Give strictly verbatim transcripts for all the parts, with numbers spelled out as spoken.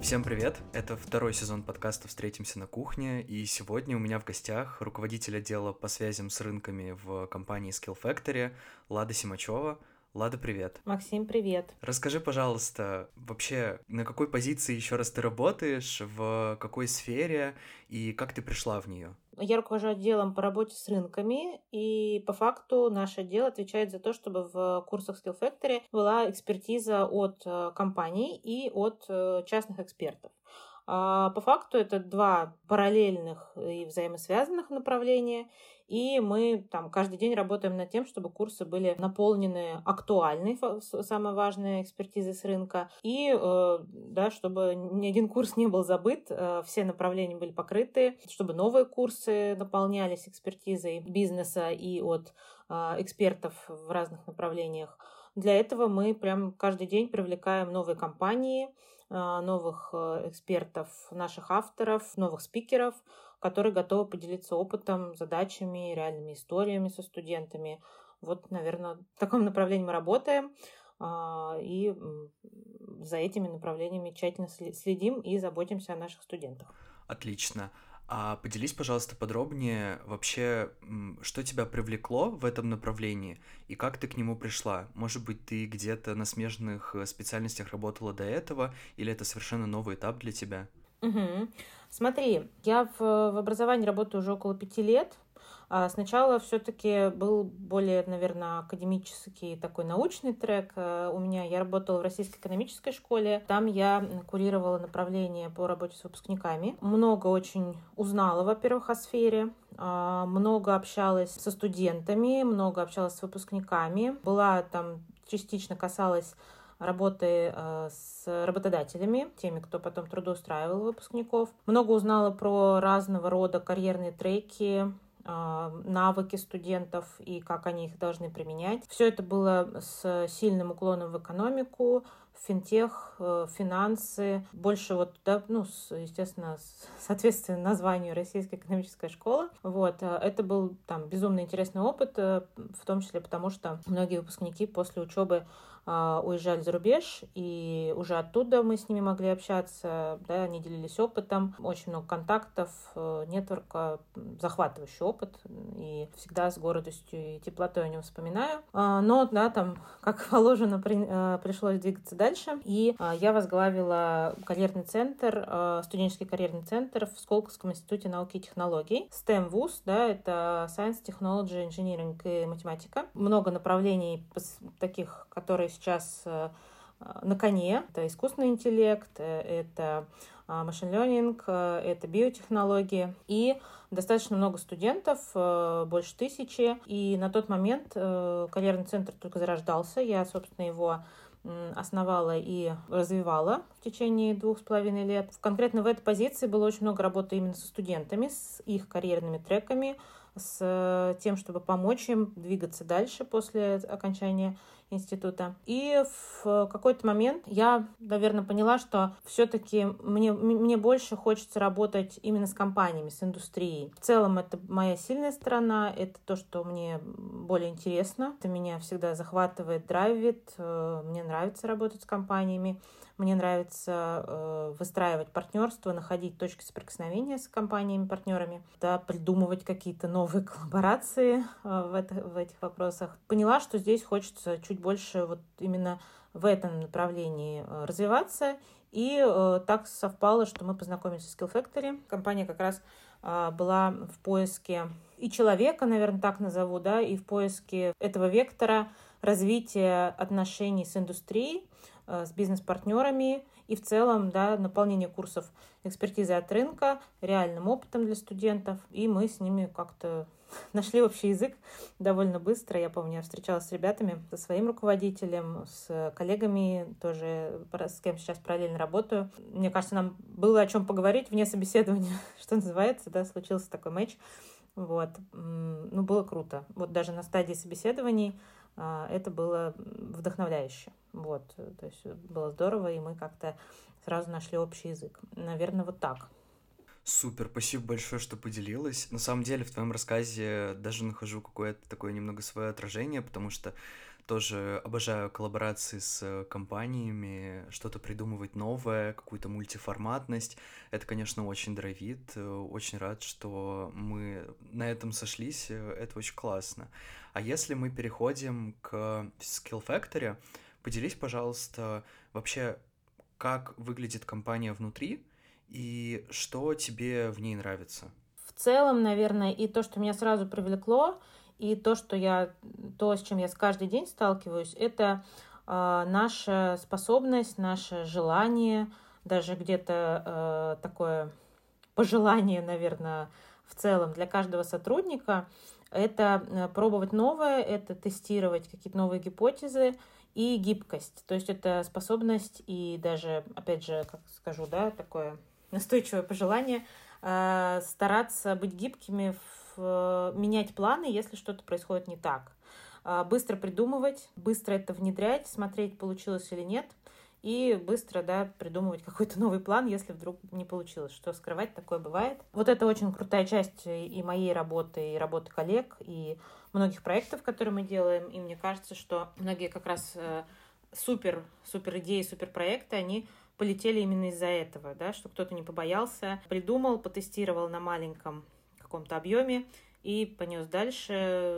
Всем привет! Это второй сезон подкаста «Встретимся на кухне», и сегодня у меня в гостях руководитель отдела по связям с рынками в компании Skill Factory Лада Симачева. Лада, привет! Максим, привет! Расскажи, пожалуйста, вообще, на какой позиции еще раз ты работаешь, в какой сфере и как ты пришла в нее? Я руковожу отделом по работе с рынками, и по факту наш отдел отвечает за то, чтобы в курсах Skill Factory была экспертиза от э, компаний и от э, частных экспертов. А по факту это два параллельных и взаимосвязанных направления, и мы там каждый день работаем над тем, чтобы курсы были наполнены актуальной, самое важное, экспертизой с рынка, и э, да, чтобы ни один курс не был забыт, э, все направления были покрыты, чтобы новые курсы наполнялись экспертизой бизнеса и от э, экспертов в разных направлениях. Для этого мы прям каждый день привлекаем новые компании, новых экспертов, наших авторов, новых спикеров, которые готовы поделиться опытом, задачами, реальными историями со студентами. Вот, наверное, в таком направлении мы работаем, и за этими направлениями тщательно следим и заботимся о наших студентах. Отлично. А поделись, пожалуйста, подробнее вообще, что тебя привлекло в этом направлении и как ты к нему пришла? Может быть, ты где-то на смежных специальностях работала до этого, или это совершенно новый этап для тебя? Угу. Смотри, я в, в образовании работаю уже около пяти лет. Сначала все-таки был более, наверное, академический такой научный трек. У меня я работала в Российской экономической школе. Там я курировала направление по работе с выпускниками. Много очень узнала, во-первых, о сфере. Много общалась со студентами, много общалась с выпускниками. Была там частично касалась работы с работодателями, теми, кто потом трудоустраивал выпускников. Много узнала про разного рода карьерные треки, навыки студентов и как они их должны применять. Все это было с сильным уклоном в экономику, финтех, финансы, больше вот, да, ну, естественно, соответственно названию Российская экономическая школа. Вот, это был там безумно интересный опыт, в том числе потому, что многие выпускники после учебы уезжали за рубеж, и уже оттуда мы с ними могли общаться, да, они делились опытом, очень много контактов, нетворка, захватывающий опыт, и всегда с гордостью и теплотой о нем вспоминаю. Но, да, там, как положено, при, пришлось двигаться дальше, и я возглавила карьерный центр, студенческий карьерный центр в Сколковском институте науки и технологий. STEM вуз, да, это Science, Technology, Engineering и математика. Много направлений таких, которые сейчас на коне. Это искусственный интеллект, это машин learning, это биотехнологии. И достаточно много студентов, больше тысячи. И на тот момент карьерный центр только зарождался. Я, собственно, его основала и развивала в течение двух с половиной лет. Конкретно в этой позиции было очень много работы именно со студентами, с их карьерными треками, с тем, чтобы помочь им двигаться дальше после окончания института. И в какой-то момент я, наверное, поняла, что все-таки мне, мне больше хочется работать именно с компаниями, с индустрией. В целом это моя сильная сторона, это то, что мне более интересно. Это меня всегда захватывает, драйвит. Мне нравится работать с компаниями. Мне нравится э, выстраивать партнерство, находить точки соприкосновения с компаниями-партнерами, да, придумывать какие-то новые коллаборации э, в, это, в этих вопросах. Поняла, что здесь хочется чуть больше вот именно в этом направлении э, развиваться. И э, так совпало, что мы познакомились с Skill Factory. Компания как раз э, была в поиске и человека, наверное, так назову, да, и в поиске этого вектора развития отношений с индустрией, с бизнес-партнерами и в целом, да, наполнение курсов экспертизы от рынка, реальным опытом для студентов. И мы с ними как-то нашли общий язык довольно быстро. Я помню, я встречалась с ребятами, со своим руководителем, с коллегами, тоже с кем сейчас параллельно работаю. Мне кажется, нам было о чем поговорить вне собеседования, что называется, да, случился такой матч. Вот. Ну, было круто. Вот даже на стадии собеседований это было вдохновляюще. Вот. То есть было здорово, и мы как-то сразу нашли общий язык. Наверное, вот так. Супер, спасибо большое, что поделилась. На самом деле, в твоем рассказе даже нахожу какое-то такое немного свое отражение, потому что тоже обожаю коллаборации с э, компаниями, что-то придумывать новое, какую-то мультиформатность. Это, конечно, очень драйвит. э, Очень рад, что мы на этом сошлись. э, Это очень классно. А если мы переходим к Skill Factory, поделись, пожалуйста, вообще, как выглядит компания внутри и что тебе в ней нравится? В целом, наверное, и то, что меня сразу привлекло, и то, что я, то, с чем я с каждый день сталкиваюсь, это а, наша способность, наше желание, даже где-то а, такое пожелание, наверное, в целом для каждого сотрудника, это э, пробовать новое, это тестировать какие-то новые гипотезы и гибкость. То есть это способность и даже, опять же, как скажу, да, такое настойчивое пожелание э, стараться быть гибкими, в, э, менять планы, если что-то происходит не так. Э, быстро придумывать, быстро это внедрять, смотреть, получилось или нет, и быстро, да, придумывать какой-то новый план, если вдруг не получилось. Что скрывать, такое бывает. Вот это очень крутая часть и моей работы, и работы коллег, и многих проектов, которые мы делаем. И мне кажется, что многие как раз э, супер, супер идеи, супер проекты, они полетели именно из-за этого, да, что кто-то не побоялся, придумал, потестировал на маленьком каком-то объеме и понес дальше,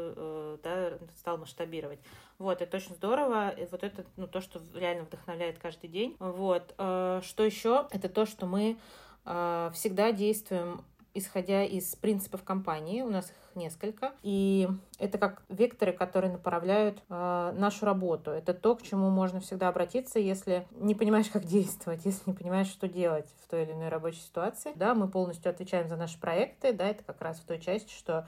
э, да, стал масштабировать. Вот, это очень здорово. И вот это, ну, то, что реально вдохновляет каждый день. Вот. э, Что еще? Это то, что мы э, всегда действуем исходя из принципов компании. У нас их несколько. И это как векторы, которые направляют э, нашу работу. Это то, к чему можно всегда обратиться, если не понимаешь, как действовать, если не понимаешь, что делать в той или иной рабочей ситуации. Да, мы полностью отвечаем за наши проекты. Да, это как раз в той части, что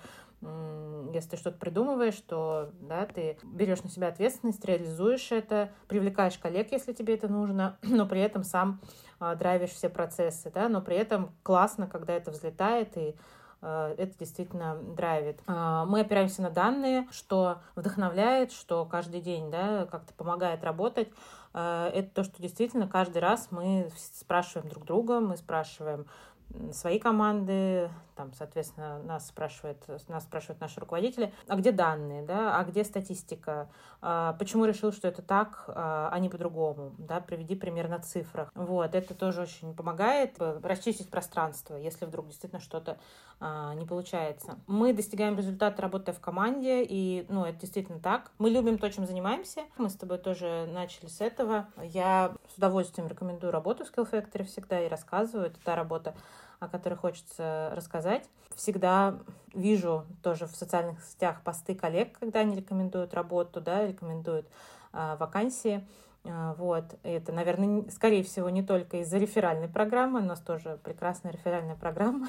если ты что-то придумываешь, то да, ты берешь на себя ответственность, реализуешь это, привлекаешь коллег, если тебе это нужно, но при этом сам а, драйвишь все процессы, да, но при этом классно, когда это взлетает, и а, это действительно драйвит. А, мы опираемся на данные, что вдохновляет, что каждый день, да, как-то помогает работать. А, это то, что действительно каждый раз мы спрашиваем друг друга, мы спрашиваем свои команды, там, соответственно, нас спрашивают, нас спрашивают наши руководители, а где данные, да, а где статистика, а почему решил, что это так, а не по-другому, да, приведи пример на цифрах. Вот, это тоже очень помогает расчистить пространство, если вдруг действительно что-то а, не получается. Мы достигаем результата, работая в команде, и, ну, это действительно так. Мы любим то, чем занимаемся. Мы с тобой тоже начали с этого. Я с удовольствием рекомендую работу в Skill Factory всегда и рассказываю. Это та работа, о которой хочется рассказать. Всегда вижу тоже в социальных сетях посты коллег, когда они рекомендуют работу, да, рекомендуют э, вакансии. Э, вот. И это, наверное, скорее всего, не только из-за реферальной программы. У нас тоже прекрасная реферальная программа.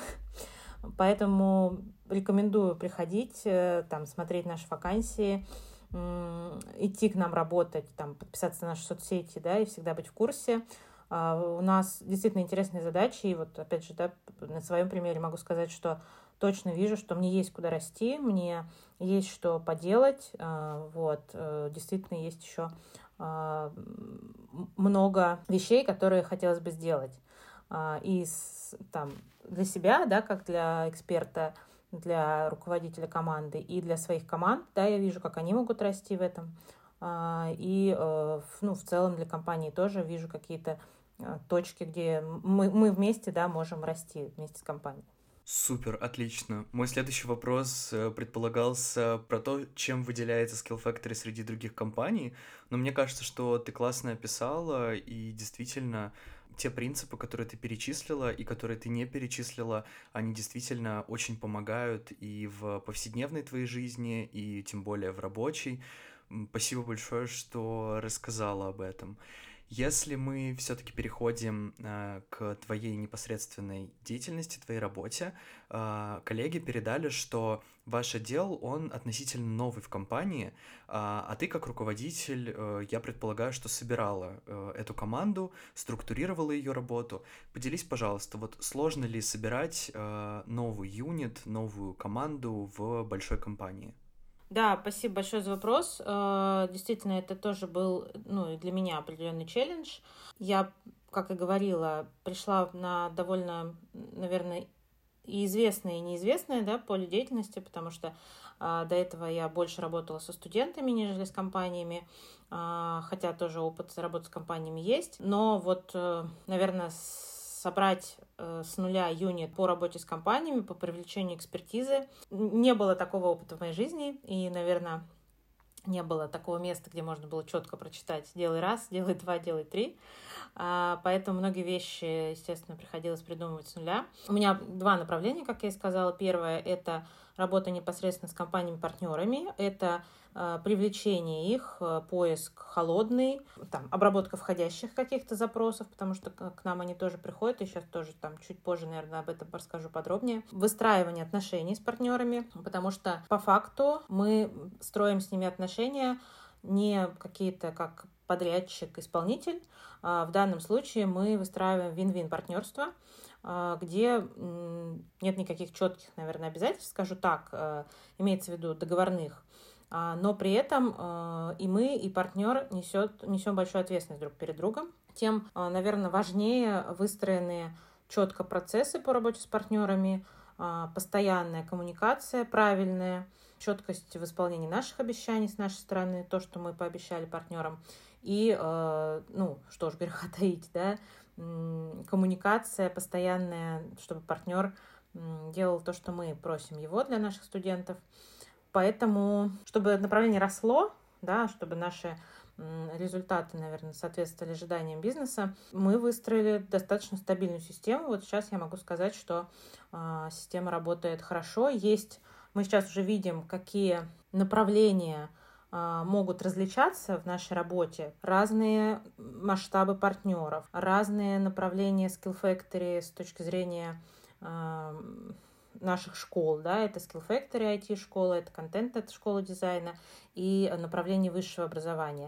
Поэтому рекомендую приходить, э, там, смотреть наши вакансии, э, идти к нам работать, там, подписаться на наши соцсети, да, и всегда быть в курсе. Uh, у нас действительно интересные задачи, и вот, опять же, да, на своем примере могу сказать, что точно вижу, что мне есть куда расти, мне есть что поделать, uh, вот, uh, действительно есть еще uh, много вещей, которые хотелось бы сделать. Uh, и с, там, для себя, да, как для эксперта, для руководителя команды и для своих команд, да, я вижу, как они могут расти в этом. Uh, и, uh, ну, в целом для компании тоже вижу какие-то точки, где мы, мы вместе, да, можем расти вместе с компанией. Супер, отлично. Мой следующий вопрос э, предполагался про то, чем выделяется Skill Factory среди других компаний, но мне кажется, что ты классно описала, и действительно те принципы, которые ты перечислила и которые ты не перечислила, они действительно очень помогают и в повседневной твоей жизни, и тем более в рабочей. Спасибо большое, что рассказала об этом. Если мы все-таки переходим э, к твоей непосредственной деятельности, твоей работе, э, коллеги передали, что ваш отдел, он относительно новый в компании, э, а ты как руководитель, э, я предполагаю, что собирала э, эту команду, структурировала ее работу. Поделись, пожалуйста, вот сложно ли собирать э, новый юнит, новую команду в большой компании? Да, спасибо большое за вопрос. Действительно, это тоже был, ну, для меня определенный челлендж. Я, как и говорила, пришла на довольно, наверное, и известное, и неизвестное, да, поле деятельности, потому что а, до этого я больше работала со студентами, нежели с компаниями, а, хотя тоже опыт работы с компаниями есть. Но вот, наверное, собрать э, с нуля юнит по работе с компаниями, по привлечению экспертизы, не было такого опыта в моей жизни, и, наверное, не было такого места, где можно было четко прочитать «делай раз», «делай два», «делай три». А, поэтому многие вещи, естественно, приходилось придумывать с нуля. У меня два направления, как я и сказала. Первое — это работа непосредственно с компаниями-партнерами. Это а, привлечение их, поиск холодный, там, обработка входящих каких-то запросов, потому что к нам они тоже приходят, и сейчас тоже там чуть позже, наверное, об этом расскажу подробнее. Выстраивание отношений с партнерами, потому что по факту мы строим с ними отношения не какие-то как подрядчик-исполнитель. В данном случае мы выстраиваем вин-вин партнерство, где нет никаких четких, наверное, обязательств, скажу так, имеется в виду договорных, но при этом и мы, и партнер несет, несем большую ответственность друг перед другом. Тем, наверное, важнее выстроенные четко процессы по работе с партнерами, постоянная коммуникация правильная, четкость в исполнении наших обещаний с нашей стороны, то, что мы пообещали партнерам, и, ну, что ж греха таить, да, коммуникация постоянная, чтобы партнер делал то, что мы просим его для наших студентов. Поэтому, чтобы направление росло, да, чтобы наши результаты, наверное, соответствовали ожиданиям бизнеса, мы выстроили достаточно стабильную систему. Вот сейчас я могу сказать, что э, система работает хорошо. Есть, мы сейчас уже видим, какие направления э, могут различаться в нашей работе. Разные масштабы партнеров, разные направления Skill Factory с точки зрения э, наших школ, да, это Skill Factory ай ти-школа, это контент, это школа дизайна и направление высшего образования.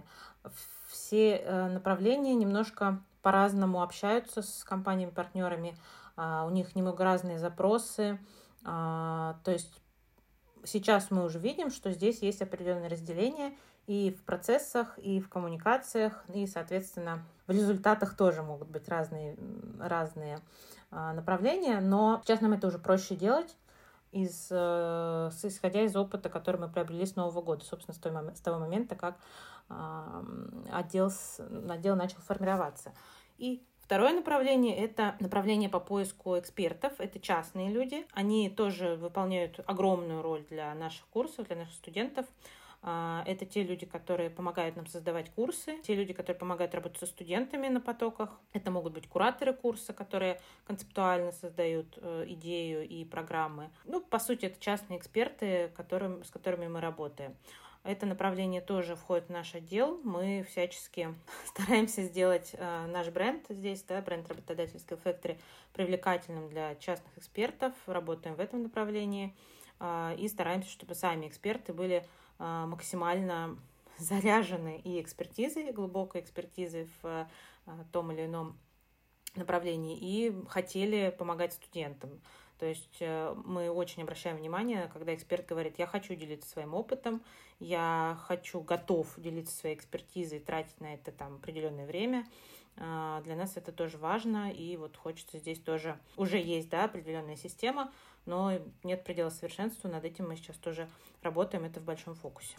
Все направления немножко по-разному общаются с компаниями-партнерами, у них немного разные запросы, то есть сейчас мы уже видим, что здесь есть определенное разделение и в процессах, и в коммуникациях, и, соответственно, в результатах тоже могут быть разные, разные направления, но сейчас нам это уже проще делать, из, исходя из опыта, который мы приобрели с Нового года, собственно, с, той, с того момента, как отдел, отдел начал формироваться. И второе направление — это направление по поиску экспертов. Это частные люди. Они тоже выполняют огромную роль для наших курсов, для наших студентов. Это те люди, которые помогают нам создавать курсы, те люди, которые помогают работать со студентами на потоках. Это могут быть кураторы курса, которые концептуально создают идею и программы. Ну, по сути, это частные эксперты, которым, с которыми мы работаем. Это направление тоже входит в наш отдел. Мы всячески стараемся сделать э, наш бренд здесь, да, бренд работодатель Skill Factory, привлекательным для частных экспертов. Работаем в этом направлении э, и стараемся, чтобы сами эксперты были э, максимально заряжены и экспертизой, глубокой экспертизой в э, том или ином направлении, и хотели помогать студентам. То есть мы очень обращаем внимание, когда эксперт говорит: я хочу делиться своим опытом, я хочу, готов делиться своей экспертизой, тратить на это там определенное время. Для нас это тоже важно, и вот хочется здесь тоже, уже есть, да, определенная система, но нет предела совершенству, над этим мы сейчас тоже работаем, это в большом фокусе.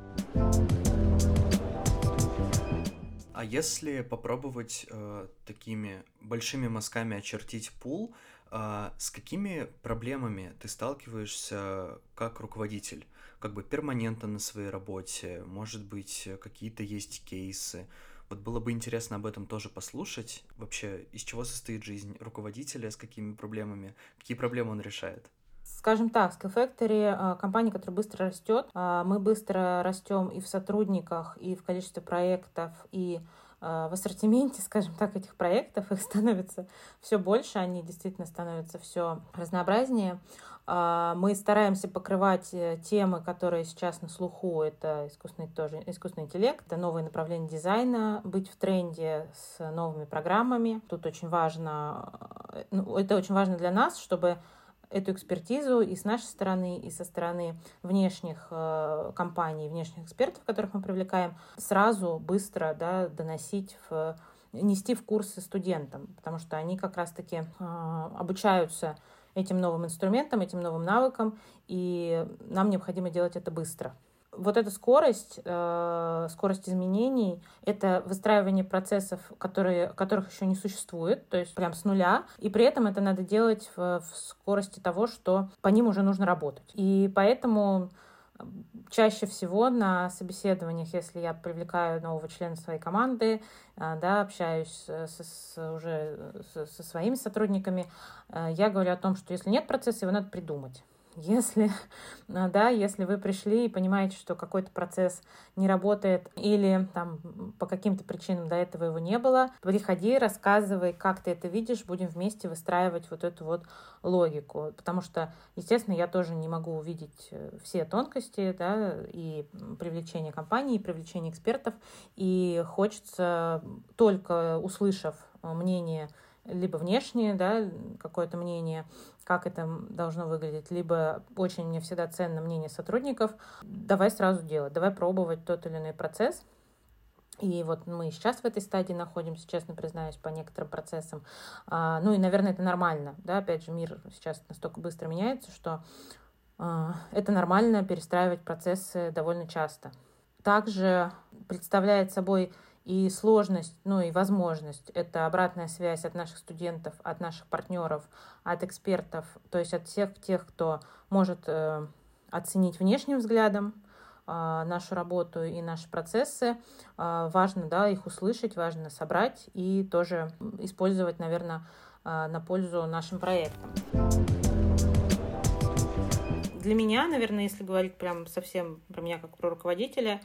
А если попробовать э, такими большими мазками очертить пул, э, с какими проблемами ты сталкиваешься как руководитель? Как бы перманентно на своей работе, может быть, какие-то есть кейсы. Вот было бы интересно об этом тоже послушать. Вообще, из чего состоит жизнь руководителя, с какими проблемами, какие проблемы он решает? Скажем так, Skill Factory — компания, которая быстро растет. Мы быстро растем и в сотрудниках, и в количестве проектов, и в ассортименте, скажем так, этих проектов. Их становится все больше, они действительно становятся все разнообразнее. Мы стараемся покрывать темы, которые сейчас на слуху. Это искусственный, тоже, искусственный интеллект, это новые направления дизайна, быть в тренде с новыми программами. Тут очень важно, ну, это очень важно для нас, чтобы эту экспертизу и с нашей стороны, и со стороны внешних э, компаний, внешних экспертов, которых мы привлекаем, сразу, быстро, да, доносить, в, нести в курсы студентам, потому что они как раз-таки э, обучаются этим новым инструментам, этим новым навыкам, и нам необходимо делать это быстро. Вот эта скорость, э, скорость изменений — это выстраивание процессов, которые, которых еще не существует, то есть прям с нуля, и при этом это надо делать в, в скорости того, что по ним уже нужно работать. И поэтому чаще всего на собеседованиях, если я привлекаю нового члена своей команды, да, общаюсь с, с, уже со, со своими сотрудниками, я говорю о том, что если нет процесса, его надо придумать. Если, да, если вы пришли и понимаете, что какой-то процесс не работает или там, по каким-то причинам до этого его не было, приходи, рассказывай, как ты это видишь, будем вместе выстраивать вот эту вот логику. Потому что, естественно, я тоже не могу увидеть все тонкости, да, и привлечение компаний, и привлечение экспертов, и хочется, только услышав мнение либо внешнее, да, какое-то мнение, как это должно выглядеть, либо очень мне всегда ценно мнение сотрудников, давай сразу делать, давай пробовать тот или иной процесс. И вот мы сейчас в этой стадии находимся, честно признаюсь, по некоторым процессам. А, ну и, наверное, это нормально, да, опять же, мир сейчас настолько быстро меняется, что а, это нормально перестраивать процессы довольно часто. Также представляет собой и сложность, ну и возможность — это обратная связь от наших студентов, от наших партнеров, от экспертов, то есть от всех тех, кто может э, оценить внешним взглядом э, нашу работу и наши процессы. Э, важно, да, их услышать, важно собрать и тоже использовать, наверное, э, на пользу нашим проектам. Для меня, наверное, если говорить прям совсем про меня как про руководителя,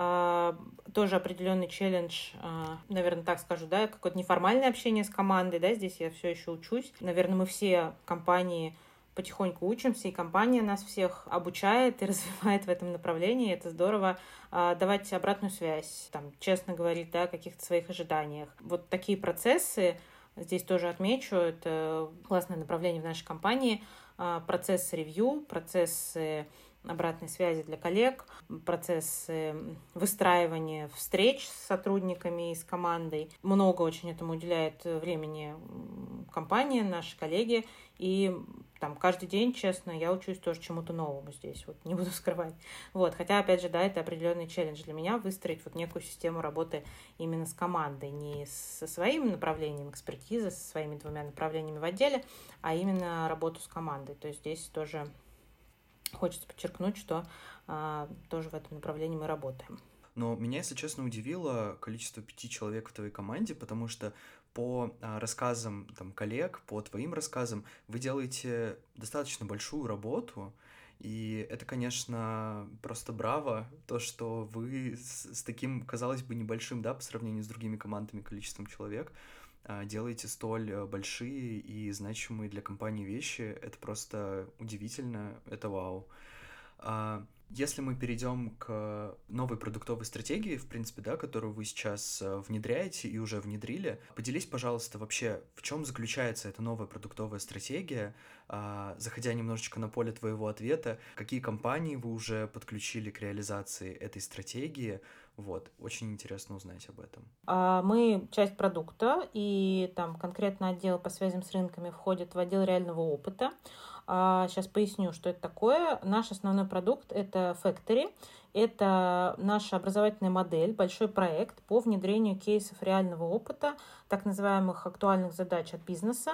тоже определенный челлендж, наверное, так скажу, да, какое-то неформальное общение с командой, да, здесь я все еще учусь. Наверное, мы все компании потихоньку учимся, и компания нас всех обучает и развивает в этом направлении. Это здорово. Давать обратную связь, там, честно говорить, да, о каких-то своих ожиданиях. Вот такие процессы, здесь тоже отмечу, это классное направление в нашей компании. Процессы ревью, процессы обратной связи для коллег, процессы выстраивания встреч с сотрудниками и с командой. Много очень этому уделяет времени компания, наши коллеги. И там каждый день, честно, я учусь тоже чему-то новому здесь, вот не буду скрывать. Вот, хотя, опять же, да, это определенный челлендж для меня — выстроить вот некую систему работы именно с командой, не со своим направлением экспертизы, со своими двумя направлениями в отделе, а именно работу с командой. То есть здесь тоже хочется подчеркнуть, что а, тоже в этом направлении мы работаем. Но меня, если честно, удивило количество пяти человек в твоей команде, потому что по а, рассказам там, коллег, по твоим рассказам, вы делаете достаточно большую работу, и это, конечно, просто браво, то, что вы с, с таким, казалось бы, небольшим, да, по сравнению с другими командами количеством человек, а, делаете столь большие и значимые для компании вещи. Это просто удивительно, это вау. А, Если мы перейдем к новой продуктовой стратегии, в принципе, да, которую вы сейчас внедряете и уже внедрили, поделись, пожалуйста, вообще, в чем заключается эта новая продуктовая стратегия, а, заходя немножечко на поле твоего ответа, какие компании вы уже подключили к реализации этой стратегии. Вот, очень интересно узнать об этом. Мы часть продукта, и там конкретно отдел по связям с рынками входит в отдел реального опыта. Сейчас поясню, что это такое. Наш основной продукт — это Factory. Это наша образовательная модель, большой проект по внедрению кейсов реального опыта, так называемых актуальных задач от бизнеса,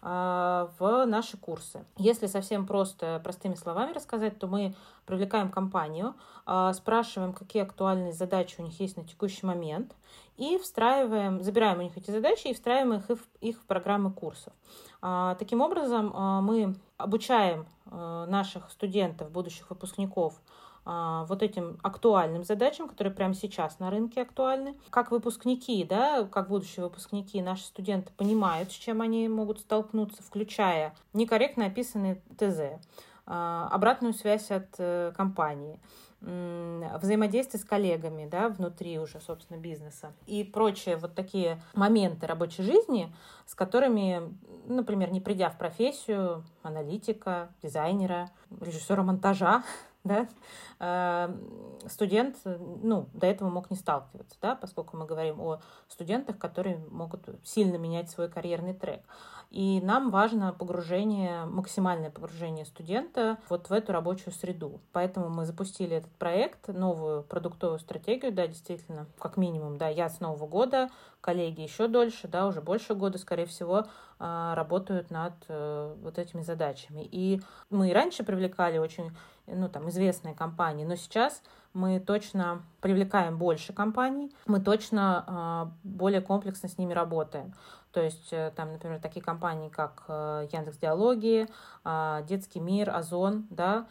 в наши курсы. Если совсем просто, простыми словами рассказать, то мы привлекаем компанию, спрашиваем, какие актуальные задачи у них есть на текущий момент, и встраиваем, забираем у них эти задачи и встраиваем их в, их в программы курсов. Таким образом, мы обучаем наших студентов, будущих выпускников, вот этим актуальным задачам, которые прямо сейчас на рынке актуальны. Как выпускники, да, как будущие выпускники, наши студенты понимают, с чем они могут столкнуться, включая некорректно описанные ТЗ, обратную связь от компании, взаимодействие с коллегами, да, внутри уже, собственно, бизнеса и прочие вот такие моменты рабочей жизни, с которыми, например, не придя в профессию аналитика, дизайнера, режиссера монтажа, да, э, студент, ну, до этого мог не сталкиваться, да, поскольку мы говорим о студентах, которые могут сильно менять свой карьерный трек. И нам важно погружение, максимальное погружение студента вот в эту рабочую среду. Поэтому мы запустили этот проект, новую продуктовую стратегию, да, действительно, как минимум, да, я с Нового года, коллеги еще дольше, да, уже больше года, скорее всего, работают над вот этими задачами. И мы и раньше привлекали очень, ну, там, известные компании, но сейчас мы точно привлекаем больше компаний, мы точно более комплексно с ними работаем. То есть, там, например, такие компании, как Яндекс.Диалоги, Детский мир, Озон, да,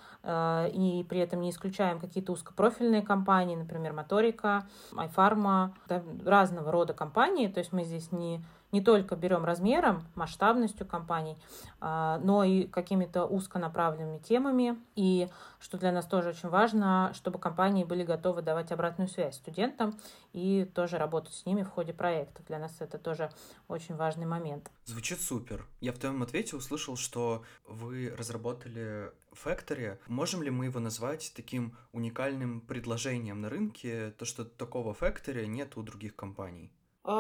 и при этом не исключаем какие-то узкопрофильные компании, например, Моторика, iPharma, да, разного рода компании. То есть мы здесь не не только берем размером, масштабностью компаний, но и какими-то узконаправленными темами. И что для нас тоже очень важно, чтобы компании были готовы давать обратную связь студентам и тоже работать с ними в ходе проекта. Для нас это тоже очень важный момент. Звучит супер. Я в твоем ответе услышал, что вы разработали Factory. Можем ли мы его назвать таким уникальным предложением на рынке, то, что такого Factory нет у других компаний?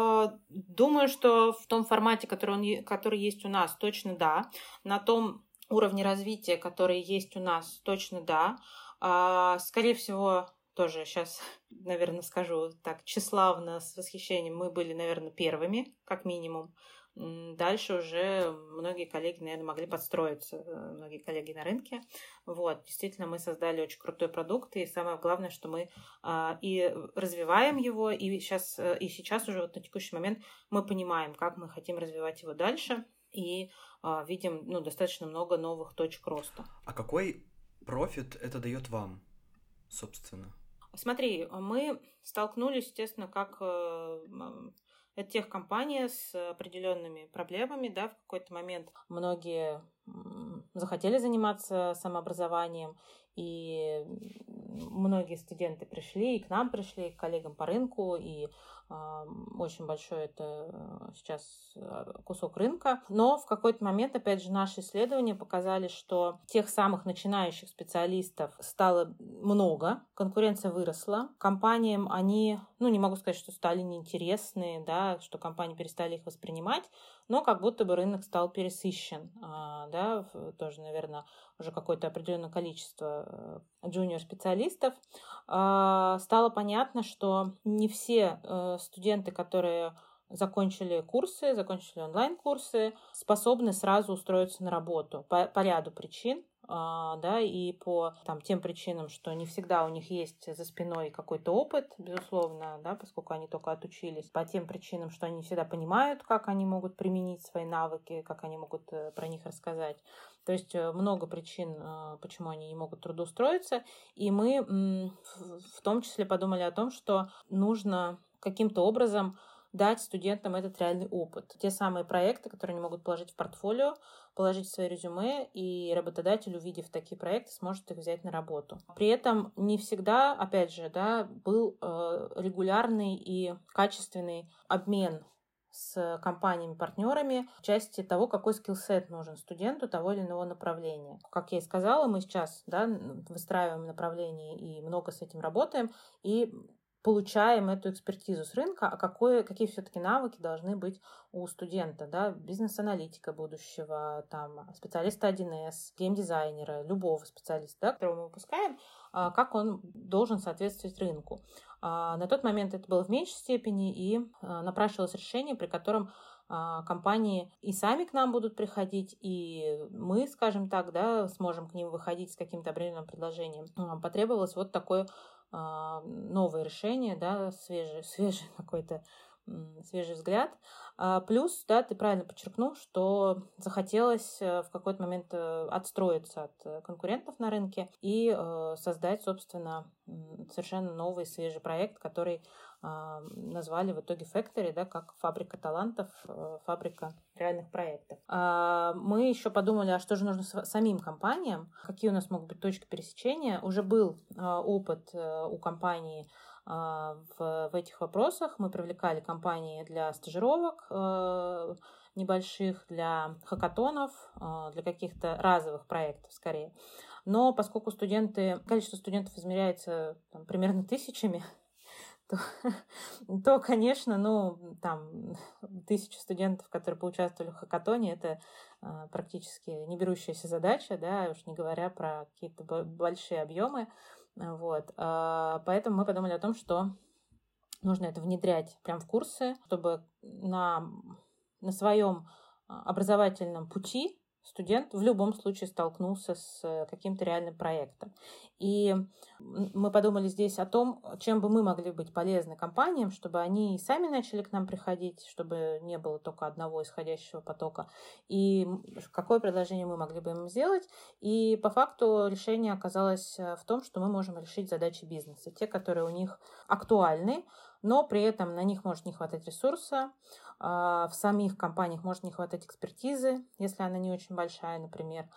Думаю, что в том формате, который, он, который есть у нас, точно да. На том уровне развития, который есть у нас, точно да. Скорее всего, тоже сейчас, наверное, скажу так тщеславно, с восхищением, мы были, наверное, первыми, как минимум. Дальше уже многие коллеги, наверное, могли подстроиться, многие коллеги на рынке. Вот, действительно, мы создали очень крутой продукт, и самое главное, что мы а, и развиваем его, и сейчас, и сейчас уже вот на текущий момент мы понимаем, как мы хотим развивать его дальше, и а, видим, ну, достаточно много новых точек роста. А какой профит это дает вам, собственно? Смотри, мы столкнулись, естественно, как... Это техкомпания с определенными проблемами, да, в какой-то момент многие захотели заниматься самообразованием, и многие студенты пришли, и к нам пришли, и к коллегам по рынку, и э, очень большой это сейчас кусок рынка. Но в какой-то момент, опять же, наши исследования показали, что тех самых начинающих специалистов стало много, конкуренция выросла. Компаниям они, ну, не могу сказать, что стали неинтересны, да, что компании перестали их воспринимать, но как будто бы рынок стал пересыщен, да, тоже, наверное, уже какое-то определенное количество джуниор-специалистов. Стало понятно, что не все студенты, которые закончили курсы, закончили онлайн-курсы, способны сразу устроиться на работу по, по ряду причин. Да, и по там, тем причинам, что не всегда у них есть за спиной какой-то опыт, безусловно, да, поскольку они только отучились, по тем причинам, что они не всегда понимают, как они могут применить свои навыки, как они могут про них рассказать. То есть много причин, почему они не могут трудоустроиться, и мы в том числе подумали о том, что нужно каким-то образом дать студентам этот реальный опыт. Те самые проекты, которые они могут положить в портфолио, положить в свои резюме, и работодатель, увидев такие проекты, сможет их взять на работу. При этом не всегда, опять же, да, был э, регулярный и качественный обмен с компаниями-партнерами в части того, какой скиллсет нужен студенту того или иного направления. Как я и сказала, мы сейчас, да, выстраиваем направление и много с этим работаем, и получаем эту экспертизу с рынка, а какое, какие все-таки навыки должны быть у студента, да, бизнес-аналитика будущего, там, специалиста один эс, геймдизайнера, любого специалиста, да, которого мы выпускаем, как он должен соответствовать рынку. На тот момент это было в меньшей степени, и напрашивалось решение, при котором компании и сами к нам будут приходить, и мы, скажем так, да, сможем к ним выходить с каким-то определенным предложением. Потребовалось вот такое новое решение, да, свежий, свежий какой-то свежий взгляд. Плюс, да, ты правильно подчеркнул, что захотелось в какой-то момент отстроиться от конкурентов на рынке и создать, собственно, совершенно новый свежий проект, который назвали в итоге Factory, да, как фабрика талантов, фабрика реальных проектов. Мы еще подумали, а что же нужно самим компаниям, какие у нас могут быть точки пересечения. Уже был опыт у компании в, в этих вопросах. Мы привлекали компании для стажировок небольших, для хакатонов, для каких-то разовых проектов скорее. Но поскольку студенты, количество студентов измеряется там, примерно тысячами, то, то, конечно, ну, там, тысяча студентов, которые поучаствовали в хакатоне, это а, практически не берущаяся задача, да, уж не говоря про какие-то б- большие объемы. Вот. А, поэтому мы подумали о том, что нужно это внедрять прямо в курсы, чтобы на, на своем образовательном пути студент в любом случае столкнулся с каким-то реальным проектом. И мы подумали здесь о том, чем бы мы могли быть полезны компаниям, чтобы они сами начали к нам приходить, чтобы не было только одного исходящего потока, и какое предложение мы могли бы им сделать. И по факту решение оказалось в том, что мы можем решить задачи бизнеса, те, которые у них актуальны, но при этом на них может не хватать ресурса, в самих компаниях может не хватать экспертизы, если она не очень большая, например.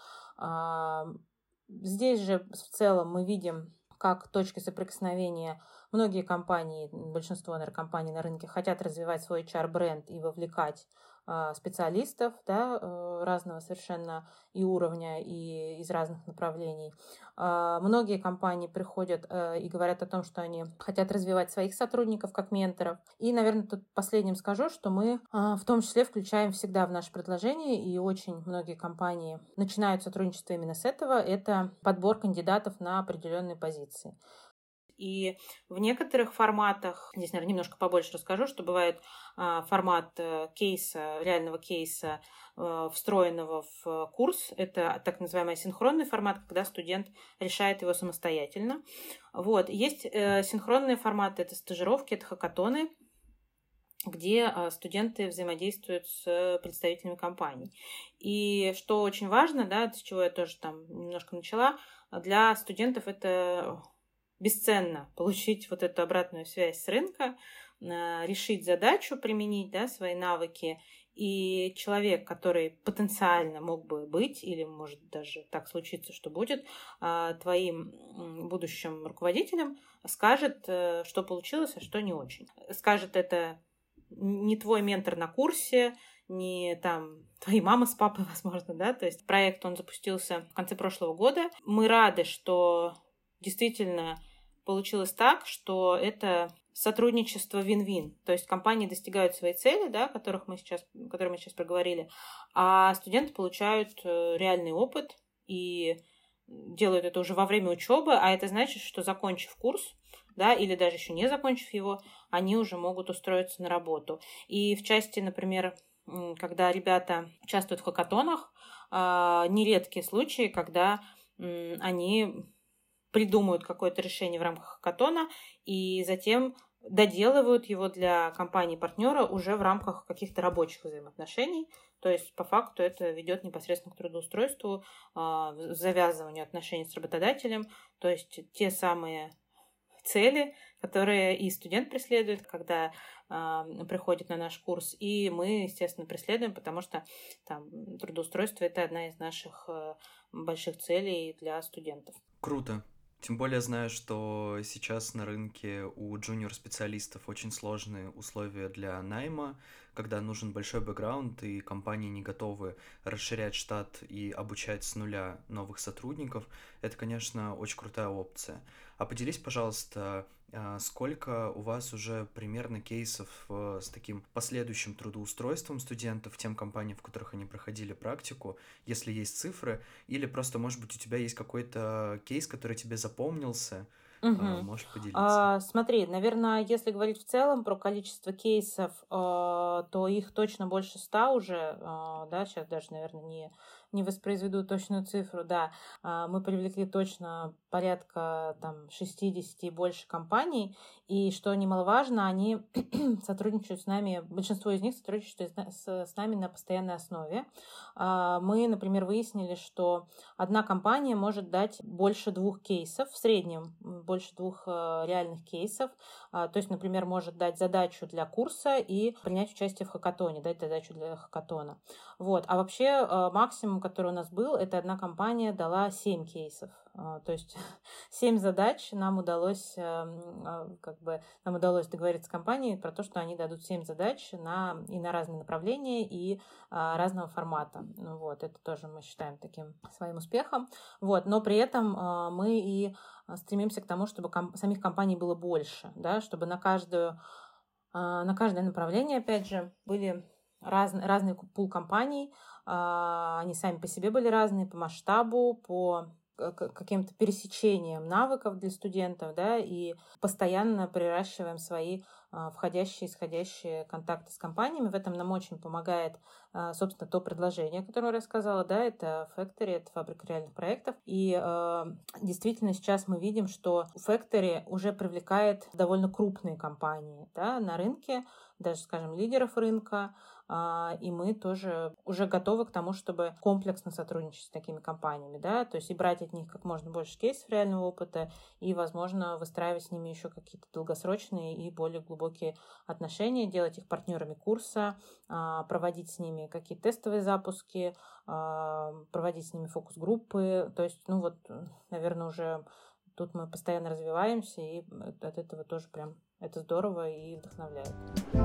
Здесь же в целом мы видим, как точки соприкосновения многие компании, большинство, наверное, компаний на рынке хотят развивать свой эйч ар-бренд и вовлекать специалистов, да, разного совершенно и уровня, и из разных направлений. Многие компании приходят и говорят о том, что они хотят развивать своих сотрудников как менторов. И, наверное, тут последним скажу, что мы в том числе включаем всегда в наше предложение, и очень многие компании начинают сотрудничество именно с этого, это подбор кандидатов на определенные позиции. И в некоторых форматах, здесь, наверное, немножко побольше расскажу, что бывает а, формат а, кейса, реального кейса, а, встроенного в курс. Это так называемый синхронный формат, когда студент решает его самостоятельно. Вот. Есть а, синхронные форматы, это стажировки, это хакатоны, где а, студенты взаимодействуют с представителями компаний. И что очень важно, да, с чего я тоже там немножко начала, для студентов это бесценно получить вот эту обратную связь с рынка, решить задачу, применить, да, свои навыки. И человек, который потенциально мог бы быть, или может даже так случиться, что будет, твоим будущим руководителем, скажет, что получилось, а что не очень. Скажет это не твой ментор на курсе, не там твои мама с папой, возможно, да. То есть проект, он запустился в конце прошлого года. Мы рады, что действительно получилось так, что это сотрудничество вин-вин. То есть компании достигают своей цели, да, которых мы сейчас, которые мы сейчас проговорили, а студенты получают реальный опыт и делают это уже во время учебы, а это значит, что закончив курс, да, или даже еще не закончив его, они уже могут устроиться на работу. И в части, например, когда ребята участвуют в хакатонах, нередкие случаи, когда они придумывают какое-то решение в рамках хакатона и затем доделывают его для компании-партнера уже в рамках каких-то рабочих взаимоотношений. То есть, по факту, это ведет непосредственно к трудоустройству, завязыванию отношений с работодателем. То есть, те самые цели, которые и студент преследует, когда приходит на наш курс, и мы, естественно, преследуем, потому что там трудоустройство — это одна из наших больших целей для студентов. Круто. Тем более знаю, что сейчас на рынке у джуниор-специалистов очень сложные условия для найма, когда нужен большой бэкграунд, и компании не готовы расширять штат и обучать с нуля новых сотрудников. Это, конечно, очень крутая опция. А поделись, пожалуйста, сколько у вас уже примерно кейсов с таким последующим трудоустройством студентов в тем компаниям, в которых они проходили практику, если есть цифры, или просто, может быть, у тебя есть какой-то кейс, который тебе запомнился, Угу. можешь поделиться? А, смотри, наверное, если говорить в целом про количество кейсов, а, то их точно больше ста уже, а, да, сейчас даже, наверное, не, не воспроизведу точную цифру, да, а, мы привлекли точно порядка там шестьдесят и больше компаний, и что немаловажно, они сотрудничают с нами, большинство из них сотрудничают с, с нами на постоянной основе. А, мы, например, выяснили, что одна компания может дать больше двух кейсов, в среднем больше двух э, реальных кейсов. А, то есть, например, может дать задачу для курса и принять участие в хакатоне, дать задачу для хакатона. Вот. А вообще э, максимум, который у нас был, это одна компания дала семь кейсов. То есть семь задач нам удалось, как бы, нам удалось договориться с компанией про то, что они дадут семь задач на, и на разные направления, и разного формата. Вот, это тоже мы считаем таким своим успехом. Вот, но при этом мы и стремимся к тому, чтобы ком- самих компаний было больше, да, чтобы на каждую, на каждое направление, опять же, были раз, разный пул компаний. Они сами по себе были разные по масштабу, по каким-то пересечением навыков для студентов, да, и постоянно приращиваем свои а, входящие и исходящие контакты с компаниями. В этом нам очень помогает, а, собственно, то предложение, которое я рассказала, да, это Factory, это фабрика реальных проектов. И а, действительно сейчас мы видим, что Factory уже привлекает довольно крупные компании, да, на рынке, даже, скажем, лидеров рынка, и мы тоже уже готовы к тому, чтобы комплексно сотрудничать с такими компаниями, да, то есть и брать от них как можно больше кейсов реального опыта и, возможно, выстраивать с ними еще какие-то долгосрочные и более глубокие отношения, делать их партнерами курса, проводить с ними какие-то тестовые запуски, проводить с ними фокус-группы, то есть, ну вот, наверное, уже тут мы постоянно развиваемся, и от этого тоже прям это здорово и вдохновляет.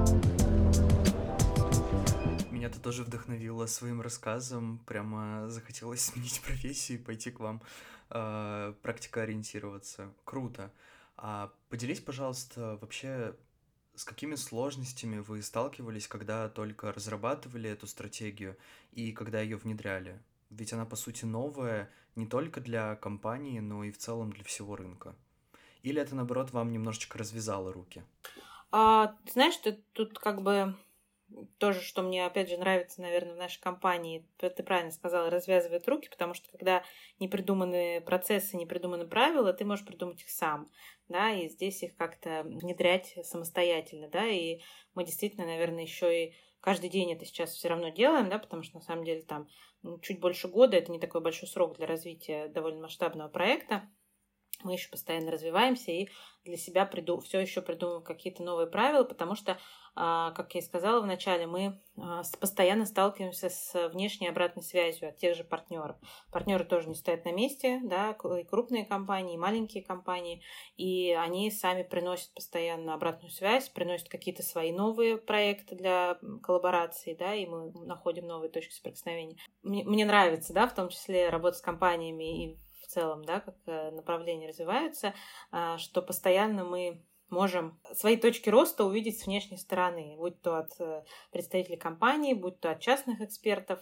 Меня это тоже вдохновило своим рассказом. Прямо захотелось сменить профессию и пойти к вам э, практикоориентироваться. Круто. А поделись, пожалуйста, вообще, с какими сложностями вы сталкивались, когда только разрабатывали эту стратегию и когда ее внедряли? Ведь она, по сути, новая не только для компании, но и в целом для всего рынка. Или это, наоборот, вам немножечко развязало руки? А, ты знаешь, ты тут как бы тоже, что мне, опять же, нравится, наверное, в нашей компании, ты правильно сказала, развязывает руки, потому что когда не придуманы процессы, не придуманы правила, ты можешь придумать их сам, да, и здесь их как-то внедрять самостоятельно, да, и мы действительно, наверное, еще и каждый день это сейчас все равно делаем, да, потому что на самом деле там чуть больше года, это не такой большой срок для развития довольно масштабного проекта. Мы еще постоянно развиваемся и для себя приду... все еще придумываем какие-то новые правила, потому что, как я и сказала вначале, мы постоянно сталкиваемся с внешней обратной связью от тех же партнеров. Партнеры тоже не стоят на месте, да, и крупные компании, и маленькие компании, и они сами приносят постоянно обратную связь, приносят какие-то свои новые проекты для коллаборации, да, и мы находим новые точки соприкосновения. Мне, мне нравится, да, в том числе работать с компаниями и в целом, да, как направления развиваются, что постоянно мы можем свои точки роста увидеть с внешней стороны, будь то от представителей компании, будь то от частных экспертов.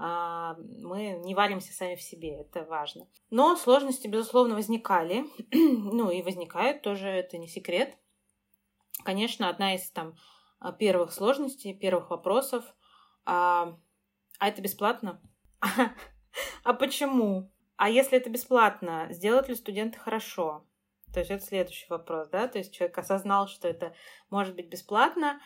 Мы не валимся сами в себе, это важно. Но сложности, безусловно, возникали, ну и возникают тоже, это не секрет. Конечно, одна из там первых сложностей, первых вопросов, а, а это бесплатно? А почему? А если это бесплатно, сделают ли студенты хорошо? То есть это следующий вопрос, да? То есть человек осознал, что это может быть бесплатно,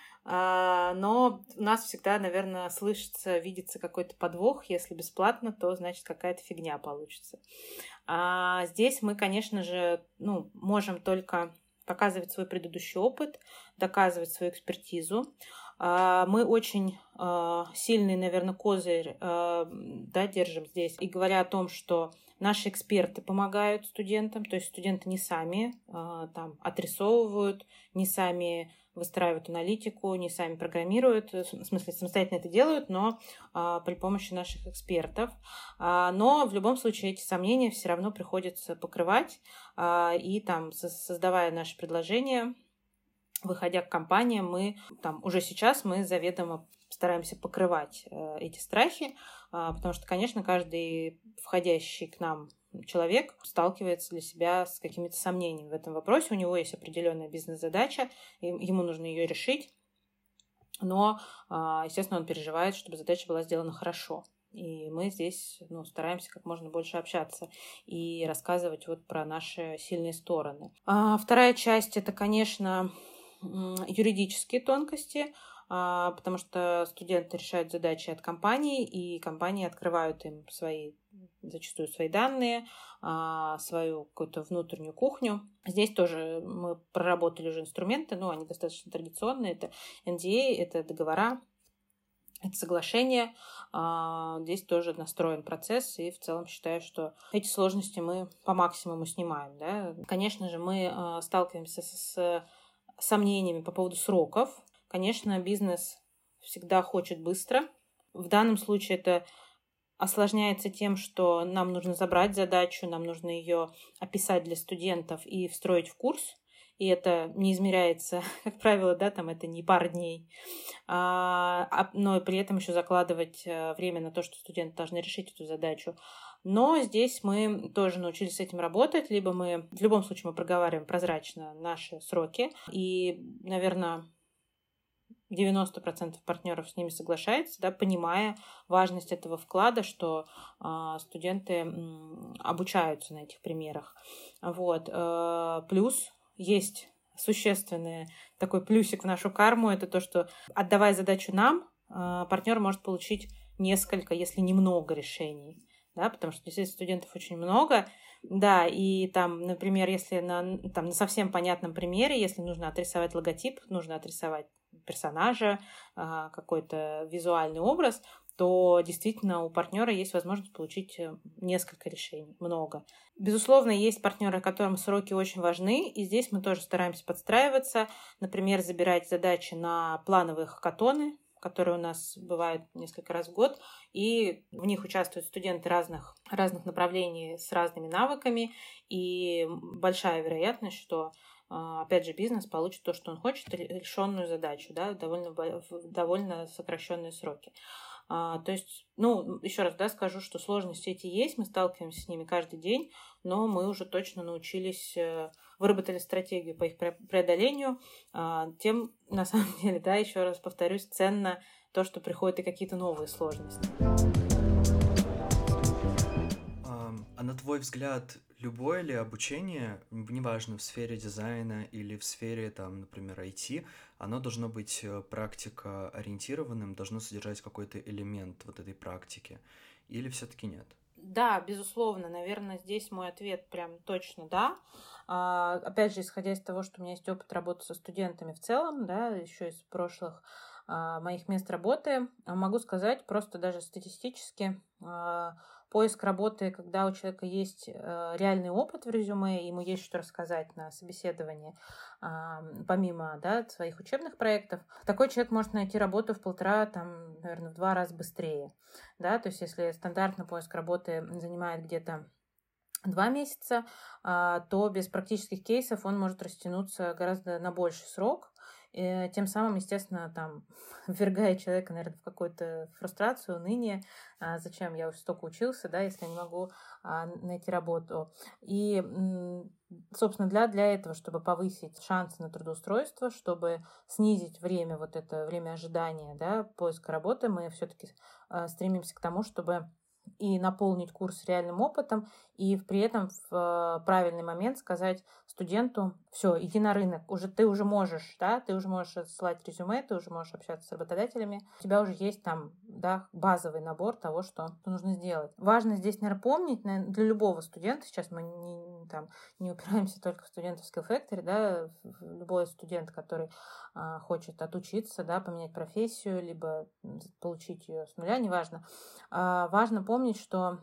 но у нас всегда, наверное, слышится, видится какой-то подвох. Если бесплатно, то значит какая-то фигня получится. А здесь мы, конечно же, ну, можем только показывать свой предыдущий опыт, доказывать свою экспертизу. Мы очень сильный, наверное, козырь, да, держим здесь. И говоря о том, что наши эксперты помогают студентам, то есть студенты не сами там отрисовывают, не сами выстраивают аналитику, не сами программируют, в смысле самостоятельно это делают, но а, при помощи наших экспертов. А, но в любом случае эти сомнения все равно приходится покрывать, а, и там, создавая наши предложения, выходя к компаниям, мы там уже сейчас мы заведомо стараемся покрывать э, эти страхи, э, потому что, конечно, каждый входящий к нам человек сталкивается для себя с какими-то сомнениями в этом вопросе. У него есть определенная бизнес-задача, ему нужно ее решить, но, э, естественно, он переживает, чтобы задача была сделана хорошо. И мы здесь ну, стараемся как можно больше общаться и рассказывать вот про наши сильные стороны. А вторая часть — это, конечно, юридические тонкости, потому что студенты решают задачи от компаний, и компании открывают им свои, зачастую свои данные, свою какую-то внутреннюю кухню. Здесь тоже мы проработали уже инструменты, но они достаточно традиционные. Это эн ди эй, это договора, это соглашение. Здесь тоже настроен процесс, и в целом считаю, что эти сложности мы по максимуму снимаем. Да? Конечно же, мы сталкиваемся с сомнениями по поводу сроков. Конечно, бизнес всегда хочет быстро. В данном случае это осложняется тем, что нам нужно забрать задачу, нам нужно ее описать для студентов и встроить в курс. И это не измеряется, как правило, да, там это не пара дней, а, но при этом еще закладывать время на то, что студенты должны решить эту задачу. Но здесь мы тоже научились с этим работать, либо мы, в любом случае, мы проговариваем прозрачно наши сроки, и, наверное, девяносто процентов партнеров с ними соглашается, да, понимая важность этого вклада, что э, студенты э, обучаются на этих примерах. Вот. Э, плюс есть существенный такой плюсик в нашу карму, это то, что, отдавая задачу нам, э, партнер может получить несколько, если не много решений, да, потому что здесь студентов очень много, да, и там, например, если на, там, на совсем понятном примере, если нужно отрисовать логотип, нужно отрисовать персонажа, э, какой-то визуальный образ, то действительно у партнера есть возможность получить несколько решений, много. Безусловно, есть партнеры, которым сроки очень важны, и здесь мы тоже стараемся подстраиваться, например, забирать задачи на плановые хакатоны, которые у нас бывают несколько раз в год, и в них участвуют студенты разных, разных направлений с разными навыками, и большая вероятность, что опять же, бизнес получит то, что он хочет, решенную задачу, да, довольно, в довольно сокращенные сроки. А, то есть, ну, еще раз, да, скажу, что сложности эти есть, мы сталкиваемся с ними каждый день, но мы уже точно научились, выработали стратегию по их преодолению. А, тем, на самом деле, да, еще раз повторюсь, ценно то, что приходят и какие-то новые сложности. А на твой взгляд, любое ли обучение, неважно, в сфере дизайна или в сфере, там, например, ай ти, оно должно быть практикоориентированным, должно содержать какой-то элемент вот этой практики, или все-таки нет? Да, безусловно, наверное, здесь мой ответ прям точно да. А, опять же, исходя из того, что у меня есть опыт работы со студентами в целом, да, еще из прошлых а, моих мест работы, могу сказать просто даже статистически, а, поиск работы, когда у человека есть реальный опыт в резюме, ему есть что рассказать на собеседовании, помимо, да, своих учебных проектов, такой человек может найти работу в полтора, там, наверное, в два раза быстрее. Да? То есть если стандартно поиск работы занимает где-то два месяца, то без практических кейсов он может растянуться гораздо на больший срок, и тем самым, естественно, там, ввергая человека, наверное, в какую-то фрустрацию, уныние, а, зачем я уже столько учился, да, если я не могу а, найти работу. И, собственно, для, для этого, чтобы повысить шансы на трудоустройство, чтобы снизить время, вот это время ожидания, да, поиска работы, мы все-таки а, стремимся к тому, чтобы и наполнить курс реальным опытом, и при этом в правильный момент сказать студенту: все, иди на рынок, уже ты уже можешь, да, ты уже можешь отсылать резюме, ты уже можешь общаться с работодателями, у тебя уже есть там, да, базовый набор того, что нужно сделать. Важно здесь, наверное, помнить, наверное, для любого студента, сейчас мы не, там, не упираемся только в студентов Skill Factory, да, любой студент, который а, хочет отучиться, да, поменять профессию, либо получить ее с нуля, неважно, а, важно помнить, помнить, что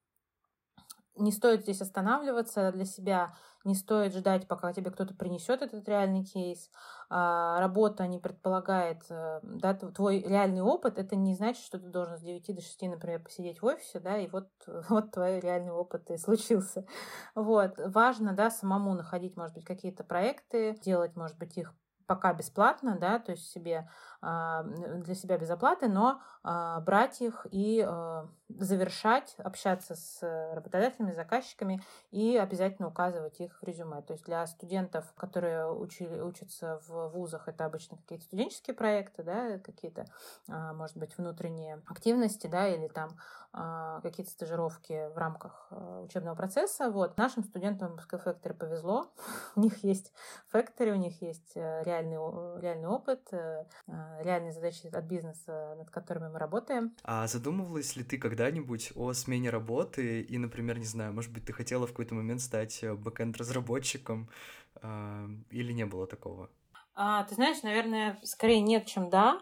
не стоит здесь останавливаться для себя, не стоит ждать, пока тебе кто-то принесет этот реальный кейс. А, работа не предполагает, да, твой реальный опыт, это не значит, что ты должен с девяти до шести, например, посидеть в офисе, да, и вот, вот твой реальный опыт и случился. Вот. Важно, да, самому находить, может быть, какие-то проекты, делать, может быть, их пока бесплатно, да, то есть себе, для себя без оплаты, но брать их и завершать, общаться с работодателями, заказчиками и обязательно указывать их в резюме. То есть для студентов, которые учили, учатся в вузах, это обычно какие-то студенческие проекты, да, какие-то, может быть, внутренние активности, да, или там какие-то стажировки в рамках учебного процесса. Вот. Нашим студентам в Skill Factory повезло. У них есть Factory, у них есть реальный Реальный, реальный опыт, реальные задачи от бизнеса, над которыми мы работаем. А задумывалась ли ты когда-нибудь о смене работы и, например, не знаю, может быть, ты хотела в какой-то момент стать бэкэнд-разработчиком или не было такого? А, ты знаешь, наверное, скорее нет, чем да.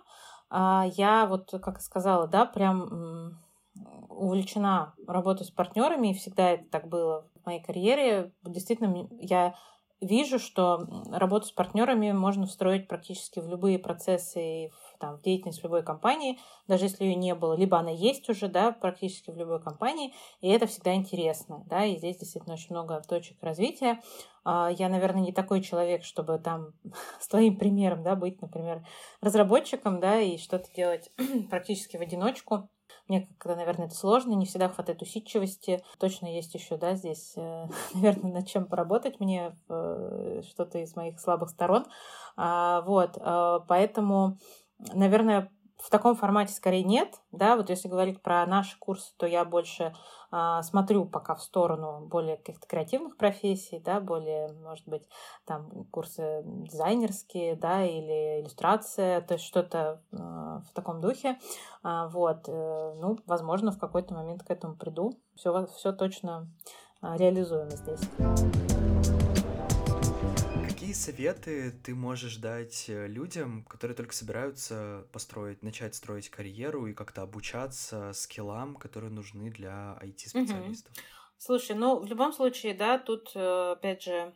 А, Я вот, как и сказала, да, прям м, увлечена работой с партнерами, и всегда это так было в моей карьере. Действительно, мне- я вижу, что м, работу с партнерами можно встроить практически в любые процессы, и в, там, в деятельность любой компании, даже если ее не было, либо она есть уже, да, практически в любой компании, и это всегда интересно, да, и здесь действительно очень много точек развития. А, Я, наверное, не такой человек, чтобы там с твоим примером, да, быть, например, разработчиком, да, и что-то делать практически в одиночку. Мне как-то, наверное, это сложно, не всегда хватает усидчивости. Точно есть еще, да, здесь, э, наверное, над чем поработать мне, э, что-то из моих слабых сторон. А, Вот, э, поэтому, наверное, в таком формате скорее нет, да, вот если говорить про наши курсы, то я больше а, смотрю пока в сторону более каких-то креативных профессий, да, более, может быть, там курсы дизайнерские, да, или иллюстрация, то есть что-то э, в таком духе. А, Вот, э, ну, возможно, в какой-то момент к этому приду. Все, все точно а, реализуемо здесь. Какие советы ты можешь дать э, людям, которые только собираются построить, начать строить карьеру и как-то обучаться скиллам, которые нужны для Мгм. I T-специалистов? Слушай, ну, в любом случае, да, тут, э, опять же,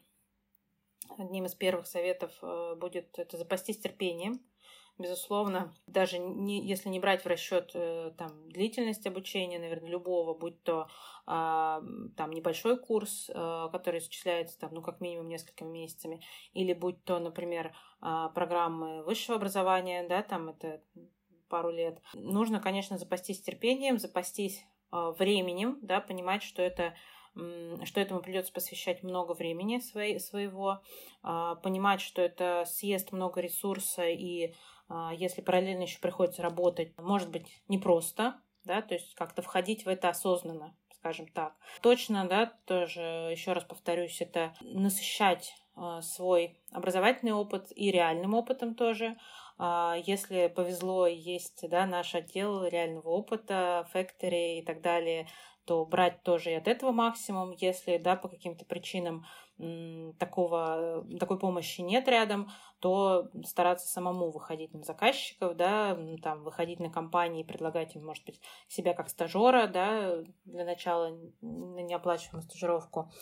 одним из первых советов э, будет это запастись терпением. Безусловно, даже не, если не брать в расчет э, там, длительность обучения, наверное, любого, будь то а, там небольшой курс, э, который исчисляется там, ну, как минимум несколькими месяцами, или будь то, например, а, программы высшего образования, да, там это пару лет. Нужно, конечно, запастись терпением, запастись э, временем, да, понимать, что это м, что этому придется посвящать много времени своей, своего, а, понимать, что это съест много ресурса, и а, если параллельно еще приходится работать, может быть непросто, да, то есть как-то входить в это осознанно, скажем так. Точно, да, тоже, еще раз повторюсь, это насыщать а, свой образовательный опыт и реальным опытом тоже. А, Если повезло, есть, да, наш отдел реального опыта, factory и так далее, то брать тоже и от этого максимум. Если, да, по каким-то причинам м, такого, такой помощи нет рядом, то стараться самому выходить на заказчиков, да, м, там, выходить на компании, предлагать им, может быть, себя как стажера, да, для начала на неоплачиваемую стажировку.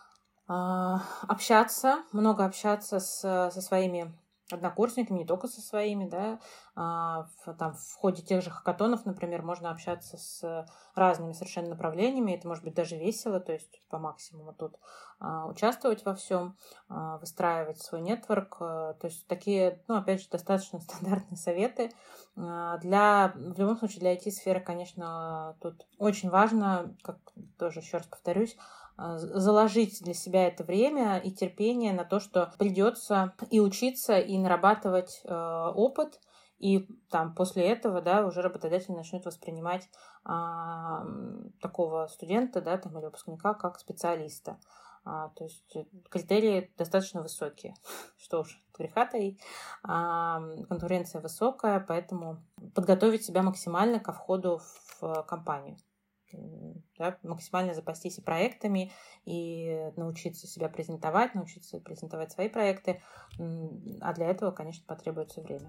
А, Общаться, много общаться с, со своими однокурсниками, не только со своими, да, а, в, там, в ходе тех же хакатонов, например, можно общаться с разными совершенно направлениями, это может быть даже весело, то есть по максимуму тут а, участвовать во всем, а, выстраивать свой нетворк, а, то есть такие, ну, опять же, достаточно стандартные советы. А, Для, в любом случае, для ай ти-сферы, конечно, тут очень важно, как тоже еще раз повторюсь, а, заложить для себя это время и терпение на то, что придется и учиться, и нарабатывать э, опыт, и там после этого, да, уже работодатель начнет воспринимать а, м, такого студента, да, там, или выпускника как специалиста. А, то есть э, критерии достаточно высокие. Что уж греха таить. А, конкуренция высокая, поэтому подготовить себя максимально ко входу в компанию, да, максимально запастись и проектами, и научиться себя презентовать, научиться презентовать свои проекты. А для этого, конечно, потребуется время.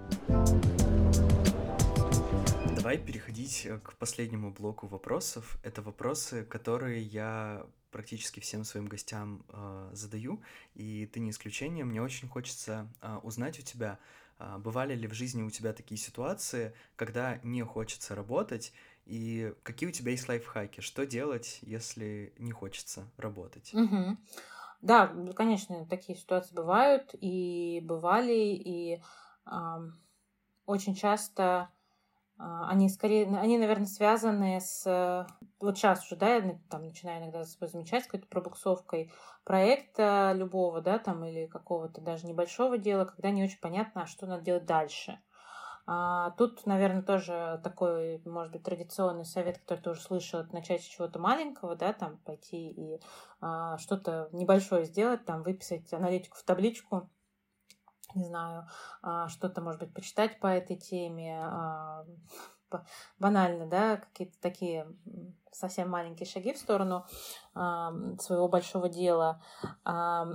Давай переходить э, к последнему блоку вопросов. Это вопросы, которые я практически всем своим гостям э, задаю, и ты не исключение. Мне очень хочется э, узнать у тебя, э, бывали ли в жизни у тебя такие ситуации, когда не хочется работать, и какие у тебя есть лайфхаки, что делать, если не хочется работать? Мгм. Да, конечно, такие ситуации бывают и бывали, и ам, очень часто А, Они скорее, они, наверное, связаны с... э, Вот сейчас уже, да, я на- там начинаю иногда за собой замечать с какой-то пробуксовкой проекта любого, да, там, или какого-то даже небольшого дела, когда не очень понятно, а что надо делать дальше. А, тут, наверное, тоже такой, может быть, традиционный совет, который ты уже слышал, это начать с чего-то маленького, да, там, пойти и а, что-то небольшое сделать, там, выписать аналитику в табличку, не знаю, а, что-то, может быть, почитать по этой теме, а, ба- банально, да, какие-то такие м, совсем маленькие шаги в сторону а, своего большого дела. А,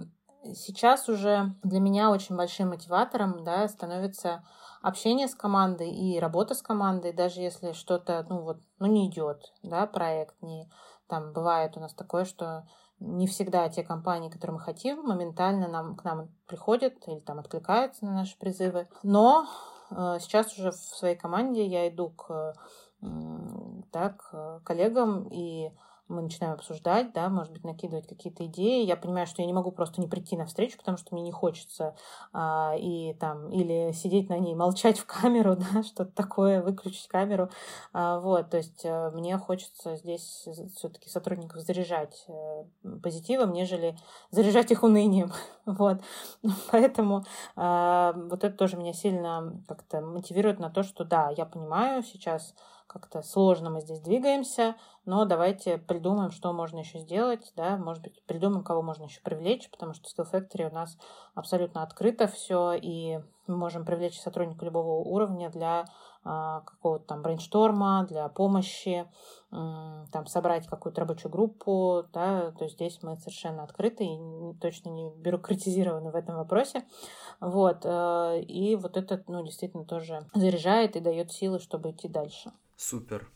сейчас уже для меня очень большим мотиватором, да, становится общение с командой и работа с командой, даже если что-то, ну вот, ну не идет, да, проект, не, там бывает у нас такое, что не всегда те компании, которые мы хотим, моментально нам, к нам приходят или там откликаются на наши призывы. Но э, сейчас уже в своей команде я иду к, э, да, к коллегам, и мы начинаем обсуждать, да, может быть, накидывать какие-то идеи. Я понимаю, что я не могу просто не прийти на встречу, потому что мне не хочется а, и там или сидеть на ней, молчать в камеру, да, что-то такое, выключить камеру. А, вот, то есть а, мне хочется здесь все-таки сотрудников заряжать а, позитивом, нежели заряжать их унынием. Вот, поэтому а, вот это тоже меня сильно как-то мотивирует на то, что да, я понимаю, сейчас как-то сложно мы здесь двигаемся, но давайте придумаем, что можно еще сделать, да, может быть, придумаем, кого можно еще привлечь, потому что в Skill Factory у нас абсолютно открыто все, и мы можем привлечь сотрудника любого уровня для а, какого-то там брейншторма, для помощи, м, там, собрать какую-то рабочую группу, да, то есть здесь мы совершенно открыты и точно не бюрократизированы в этом вопросе, вот, э, и вот это, ну, действительно тоже заряжает и дает силы, чтобы идти дальше. Супер.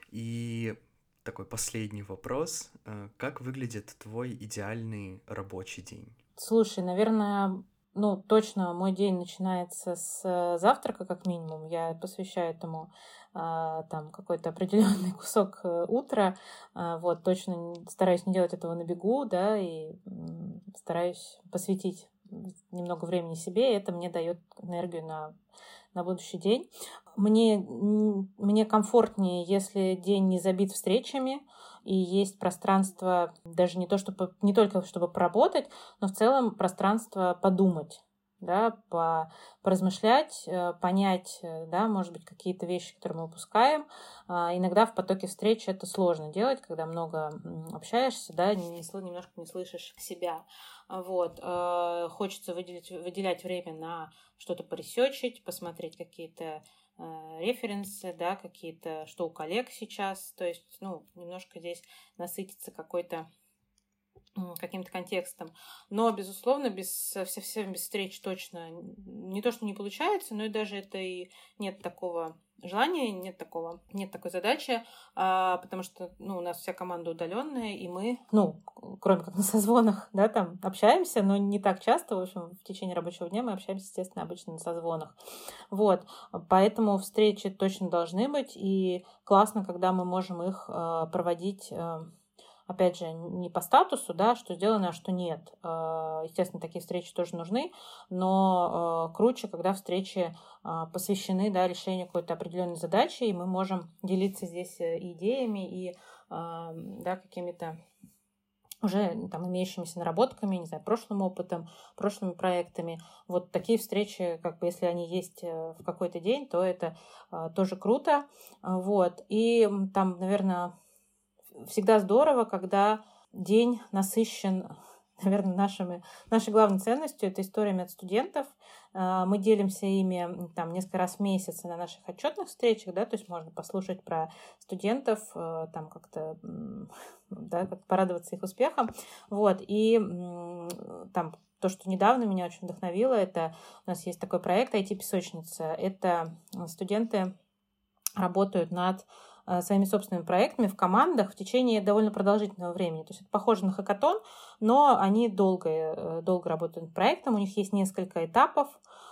И такой последний вопрос. Как выглядит твой идеальный рабочий день? Слушай, наверное, ну, точно мой день начинается с завтрака, как минимум. Я посвящаю этому а, там какой-то определенный кусок утра. А, вот, точно стараюсь не делать этого на бегу, да, и м, стараюсь посвятить немного времени себе, и это мне дает энергию на, на будущий день. Мне, мне комфортнее, если день не забит встречами, и есть пространство, даже не то, чтобы, не только чтобы поработать, но в целом пространство подумать, да, по, поразмышлять, понять, да, может быть, какие-то вещи, которые мы упускаем. Иногда в потоке встреч это сложно делать, когда много общаешься, да, не, немножко не слышишь себя. Вот. Хочется выделить, выделять время на что-то поресечить, посмотреть какие-то референсы, да, какие-то, что у коллег сейчас, то есть, ну, немножко здесь насытиться какой-то каким-то контекстом. Но, безусловно, без, совсем без встреч точно не то, что не получается, но и даже это и нет такого желания, нет такого, нет такой задачи, а, потому что, ну, у нас вся команда удаленная, и мы, ну, кроме как на созвонах, да, там общаемся, но не так часто, в общем, в течение рабочего дня мы общаемся, естественно, обычно на созвонах. Вот, поэтому встречи точно должны быть, и классно, когда мы можем их а, проводить а, опять же, не по статусу, да, что сделано, а что нет. Естественно, такие встречи тоже нужны, но круче, когда встречи посвящены, да, решению какой-то определенной задачи, и мы можем делиться здесь идеями и, да, какими-то уже там имеющимися наработками, не знаю, прошлым опытом, прошлыми проектами. Вот такие встречи, как бы, если они есть в какой-то день, то это тоже круто. Вот. И там, наверное, всегда здорово, когда день насыщен, наверное, нашими, нашей главной ценностью, это историями от студентов. Мы делимся ими там несколько раз в месяц на наших отчетных встречах, да, то есть можно послушать про студентов, там как-то, да, как порадоваться их успехам. Вот, и там то, что недавно меня очень вдохновило, это у нас есть такой проект ай ти-песочница. Это студенты работают над своими собственными проектами в командах в течение довольно продолжительного времени. То есть это похоже на хакатон, но они долго, долго работают над проектом, у них есть несколько этапов,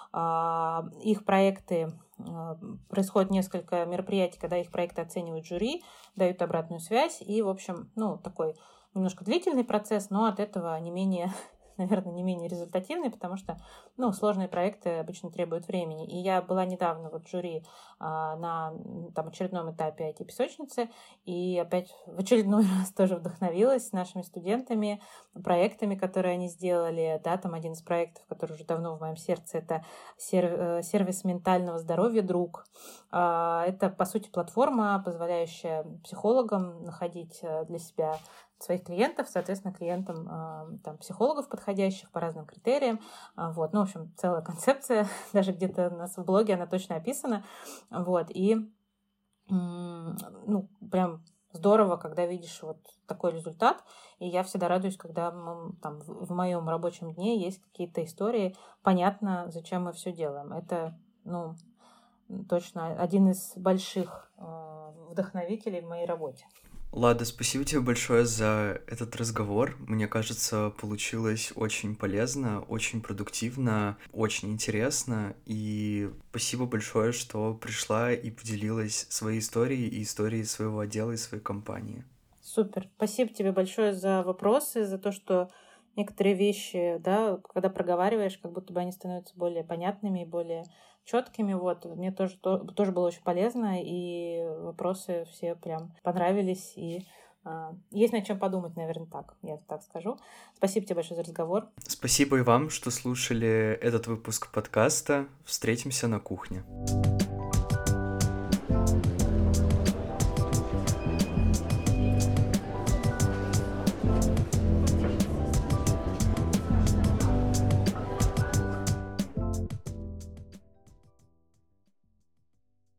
их проекты, происходит несколько мероприятий, когда их проекты оценивают жюри, дают обратную связь, и, в общем, ну, такой немножко длительный процесс, но от этого не менее наверное, не менее результативный, потому что, ну, сложные проекты обычно требуют времени. И я была недавно вот в жюри а, на там, очередном этапе ай ти-песочницы, и опять в очередной раз тоже вдохновилась нашими студентами, проектами, которые они сделали. Да, там один из проектов, который уже давно в моем сердце, это сервис ментального здоровья «Друг». А, это, по сути, платформа, позволяющая психологам находить для себя своих клиентов, соответственно, клиентам там, психологов подходящих по разным критериям. Вот. Ну, в общем, целая концепция, даже где-то у нас в блоге она точно описана. Вот. И ну, прям здорово, когда видишь вот такой результат. И я всегда радуюсь, когда м, там, в в моем рабочем дне есть какие-то истории, понятно, зачем мы все делаем. Это, ну, точно один из больших э, вдохновителей в моей работе. Лада, спасибо тебе большое за этот разговор. Мне кажется, получилось очень полезно, очень продуктивно, очень интересно. И спасибо большое, что пришла и поделилась своей историей и историей своего отдела и своей компании. Супер. Спасибо тебе большое за вопросы, за то, что некоторые вещи, да, когда проговариваешь, как будто бы они становятся более понятными и более четкими. Вот. Мне тоже, то, тоже было очень полезно, и вопросы все прям понравились, и а, есть над чем подумать, наверное, так, я так скажу. Спасибо тебе большое за разговор. Спасибо и вам, что слушали этот выпуск подкаста. Встретимся на кухне.